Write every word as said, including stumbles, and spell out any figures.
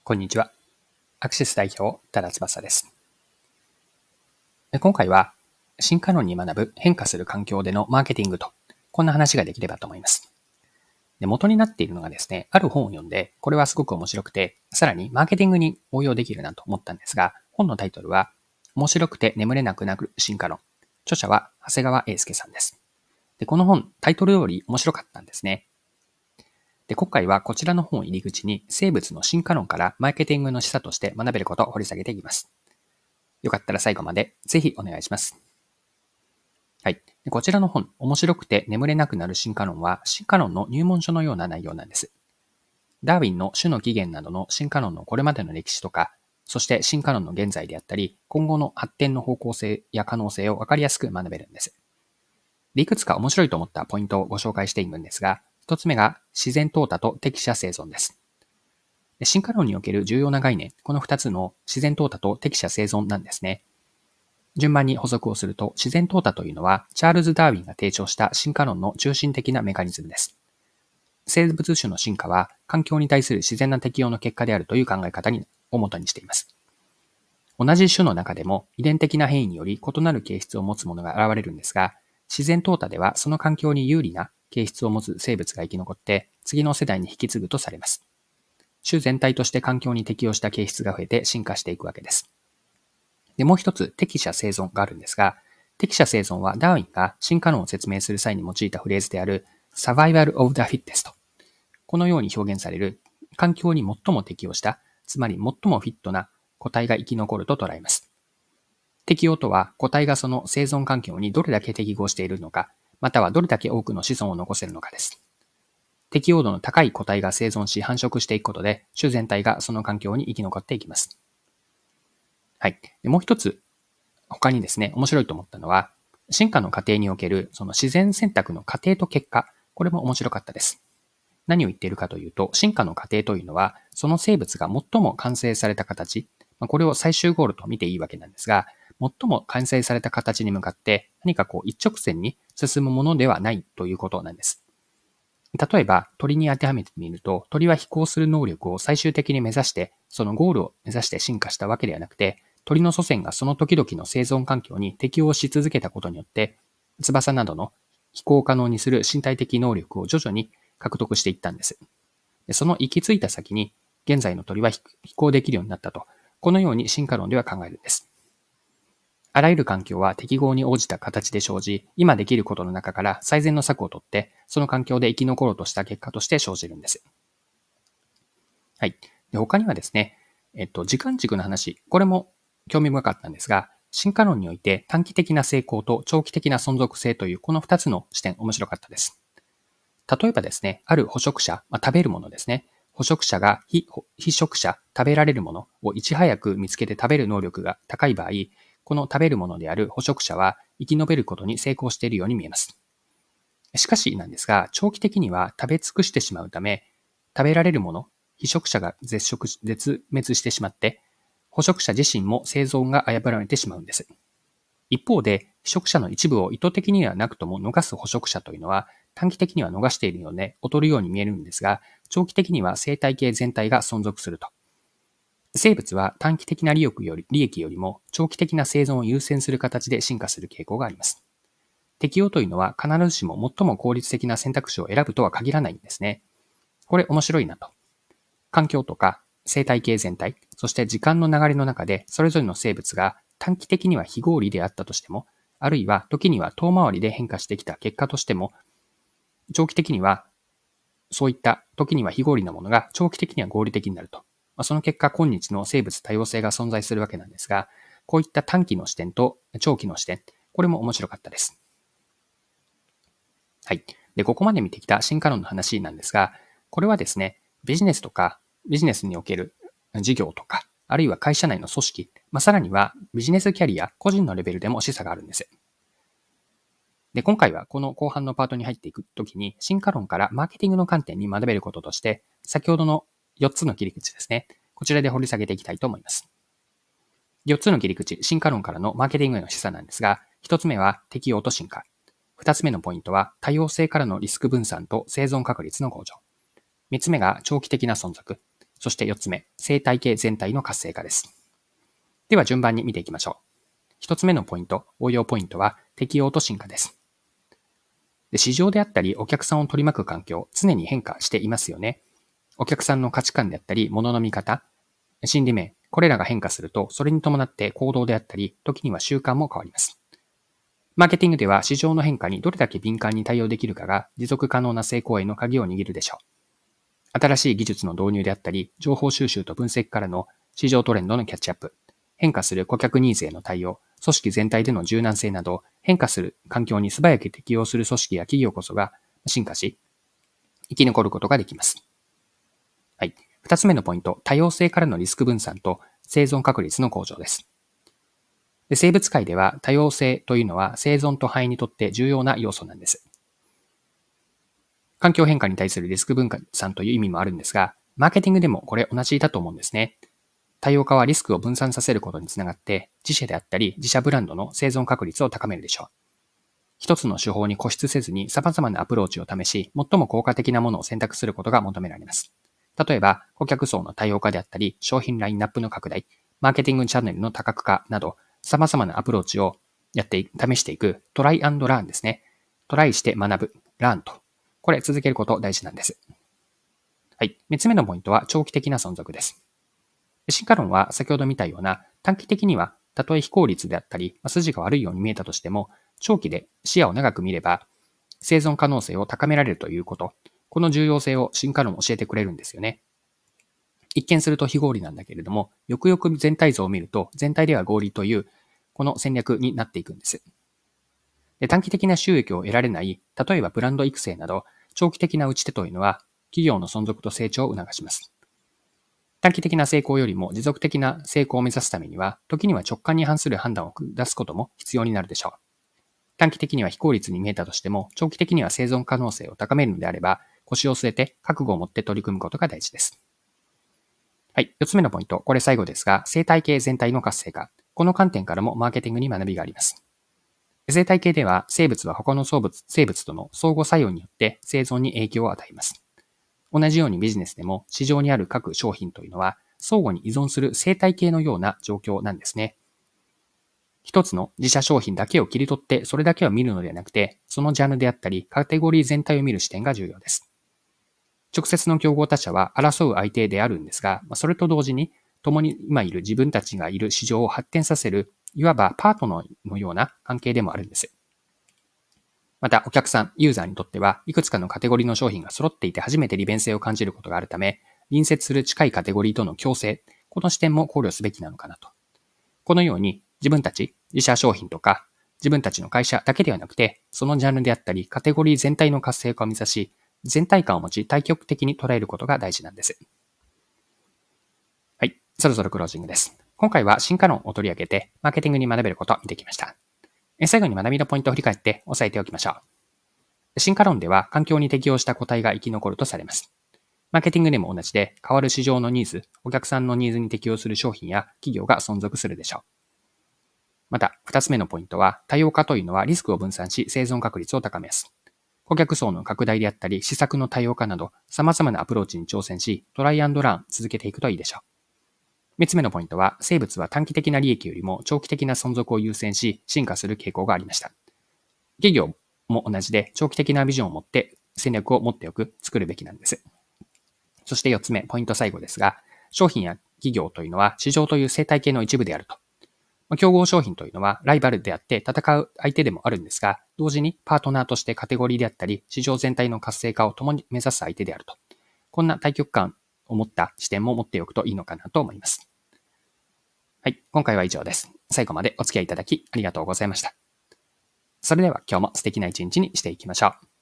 こんにちは。アクシス代表、多田翼です。今回は、進化論に学ぶ変化する環境でのマーケティングと、こんな話ができればと思います。で、元になっているのがですね、ある本を読んで、これはすごく面白くて、さらにマーケティングに応用できるなと思ったんですが、本のタイトルは、面白くて眠れなくなる進化論。著者は長谷川英介さんです。で、この本、タイトル通り面白かったんですね。で、今回はこちらの本を入り口に生物の進化論からマーケティングの示唆として学べることを掘り下げていきます。よかったら最後までぜひお願いします。はい。でこちらの本、面白くて眠れなくなる進化論は進化論の入門書のような内容なんです。ダーウィンの種の起源などの進化論のこれまでの歴史とか、そして進化論の現在であったり、今後の発展の方向性や可能性をわかりやすく学べるんです。で、いくつか面白いと思ったポイントをご紹介していくんですが、一つ目が自然淘汰と適者生存です。で進化論における重要な概念、この二つの自然淘汰と適者生存なんですね。順番に補足をすると、自然淘汰というのは、チャールズ・ダーウィンが提唱した進化論の中心的なメカニズムです。生物種の進化は、環境に対する自然な適応の結果であるという考え方にをもとにしています。同じ種の中でも、遺伝的な変異により異なる形質を持つものが現れるんですが、自然淘汰ではその環境に有利な形質を持つ生物が生き残って、次の世代に引き継ぐとされます。種全体として環境に適応した形質が増えて進化していくわけです。で、もう一つ、適者生存があるんですが、適者生存はダーウィンが進化論を説明する際に用いたフレーズである Survival of the Fittest。このように表現される環境に最も適応した、つまり最もフィットな個体が生き残ると捉えます。適応とは、個体がその生存環境にどれだけ適合しているのか、またはどれだけ多くの子孫を残せるのかです。適応度の高い個体が生存し繁殖していくことで、種全体がその環境に生き残っていきます。はい。でもう一つ、他にですね、面白いと思ったのは、進化の過程におけるその自然選択の過程と結果、これも面白かったです。何を言っているかというと、進化の過程というのは、その生物が最も完成された形、これを最終ゴールと見ていいわけなんですが、最も完成された形に向かって何かこう一直線に進むものではないということなんです。例えば、鳥に当てはめてみると、鳥は飛行する能力を最終的に目指して、そのゴールを目指して進化したわけではなくて、鳥の祖先がその時々の生存環境に適応し続けたことによって、翼などの飛行可能にする身体的能力を徐々に獲得していったんです。その行き着いた先に、現在の鳥は飛行できるようになったと、このように進化論では考えるんです。あらゆる環境は適合に応じた形で生じ、今できることの中から最善の策をとって、その環境で生き残ろうとした結果として生じるんです。はい。で他にはですね、えっと、時間軸の話、これも興味深かったんですが、進化論において短期的な成功と長期的な存続性というこの二つの視点面白かったです。例えばですね、ある捕食者、まあ、食べるものですね。捕食者が非非食者、食べられるものをいち早く見つけて食べる能力が高い場合、この食べるものである捕食者は生き延びることに成功しているように見えます。しかしなんですが、長期的には食べ尽くしてしまうため、食べられるもの、被食者が絶食絶滅してしまって、捕食者自身も生存が危ぶられてしまうんです。一方で、被食者の一部を意図的にはなくとも逃す捕食者というのは、短期的には逃しているので劣るように見えるんですが、長期的には生態系全体が存続すると。生物は短期的な利益より利益よりも長期的な生存を優先する形で進化する傾向があります。適応というのは必ずしも最も効率的な選択肢を選ぶとは限らないんですね。これ面白いなと。環境とか生態系全体、そして時間の流れの中でそれぞれの生物が短期的には非合理であったとしても、あるいは時には遠回りで変化してきた結果としても、長期的にはそういった時には非合理なものが長期的には合理的になると。その結果、今日の生物多様性が存在するわけなんですが、こういった短期の視点と長期の視点、これも面白かったです。はい。で、ここまで見てきた進化論の話なんですが、これはですね、ビジネスとか、ビジネスにおける事業とか、あるいは会社内の組織、まあ、さらにはビジネスキャリア、個人のレベルでも示唆があるんです。で、今回はこの後半のパートに入っていくときに、進化論からマーケティングの観点に学べることとして、先ほどのよっつの切り口ですね。こちらで掘り下げていきたいと思います。よっつの切り口、進化論からのマーケティングへの示唆なんですが、ひとつめは適応と進化。ふたつめのポイントは多様性からのリスク分散と生存確率の向上。みっつめが長期的な存続。 そしてよっつめ、生態系全体の活性化です。では順番に見ていきましょう。ひとつめのポイント、応用ポイントは適応と進化です。で、市場であったりお客さんを取り巻く環境、常に変化していますよね。お客さんの価値観であったり、物の見方、心理面、これらが変化すると、それに伴って行動であったり、時には習慣も変わります。マーケティングでは市場の変化にどれだけ敏感に対応できるかが持続可能な成功への鍵を握るでしょう。新しい技術の導入であったり、情報収集と分析からの市場トレンドのキャッチアップ、変化する顧客ニーズへの対応、組織全体での柔軟性など、変化する環境に素早く適応する組織や企業こそが進化し、生き残ることができます。はい。二つ目のポイント、多様性からのリスク分散と生存確率の向上です。で、生物界では多様性というのは生存と繁栄にとって重要な要素なんです。環境変化に対するリスク分散という意味もあるんですが、マーケティングでもこれ同じだと思うんですね。多様化はリスクを分散させることにつながって、自社であったり自社ブランドの生存確率を高めるでしょう。一つの手法に固執せずに様々なアプローチを試し、最も効果的なものを選択することが求められます。例えば、顧客層の多様化であったり、商品ラインナップの拡大、マーケティングチャンネルの多角化など、様々なアプローチをやって試していくトライアンドラーンですね。トライして学ぶ、ラーンと。これ続けること大事なんです。はい。三つ目のポイントは長期的な存続です。進化論は先ほど見たような短期的にはたとえ非効率であったり、筋が悪いように見えたとしても、長期で視野を長く見れば生存可能性を高められるということ。この重要性を進化論を教えてくれるんですよね。一見すると非合理なんだけれども、よくよく全体像を見ると全体では合理というこの戦略になっていくんです。で、短期的な収益を得られない、例えばブランド育成など長期的な打ち手というのは企業の存続と成長を促します。短期的な成功よりも持続的な成功を目指すためには、時には直感に反する判断を下すことも必要になるでしょう。短期的には非効率に見えたとしても、長期的には生存可能性を高めるのであれば、腰を据えて覚悟を持って取り組むことが大事です。はい。四つ目のポイント。これ最後ですが、生態系全体の活性化。この観点からもマーケティングに学びがあります。生態系では、生物は他の生物、生物との相互作用によって生存に影響を与えます。同じようにビジネスでも市場にある各商品というのは相互に依存する生態系のような状況なんですね。一つの自社商品だけを切り取ってそれだけを見るのではなくて、そのジャンルであったりカテゴリー全体を見る視点が重要です。直接の競合他社は争う相手であるんですが、それと同時に共に今いる自分たちがいる市場を発展させる、いわばパートナーのような関係でもあるんです。また、お客さん、ユーザーにとっては、いくつかのカテゴリーの商品が揃っていて初めて利便性を感じることがあるため、隣接する近いカテゴリーとの共生、この視点も考慮すべきなのかなと。このように、自分たち、自社商品とか、自分たちの会社だけではなくて、そのジャンルであったり、カテゴリー全体の活性化を目指し、全体感を持ち、対極的に捉えることが大事なんです。はい、そろそろクロージングです。今回は進化論を取り上げて、マーケティングに学べることを見てきました。最後に学びのポイントを振り返って押さえておきましょう。進化論では環境に適応した個体が生き残るとされます。マーケティングでも同じで、変わる市場のニーズ、お客さんのニーズに適応する商品や企業が存続するでしょう。また、二つ目のポイントは、多様化というのはリスクを分散し生存確率を高めます。顧客層の拡大であったり、施策の多様化など、様々なアプローチに挑戦し、トライアンドラン続けていくといいでしょう。三つ目のポイントは、生物は短期的な利益よりも長期的な存続を優先し、進化する傾向がありました。企業も同じで、長期的なビジョンを持って戦略を持っておく、作るべきなんです。そして四つ目、ポイント最後ですが、商品や企業というのは市場という生態系の一部であると。競合商品というのはライバルであって戦う相手でもあるんですが、同時にパートナーとしてカテゴリーであったり、市場全体の活性化を共に目指す相手であると。こんな対極感を持った視点も持っておくといいのかなと思います。はい、今回は以上です。最後までお付き合いいただきありがとうございました。それでは今日も素敵な一日にしていきましょう。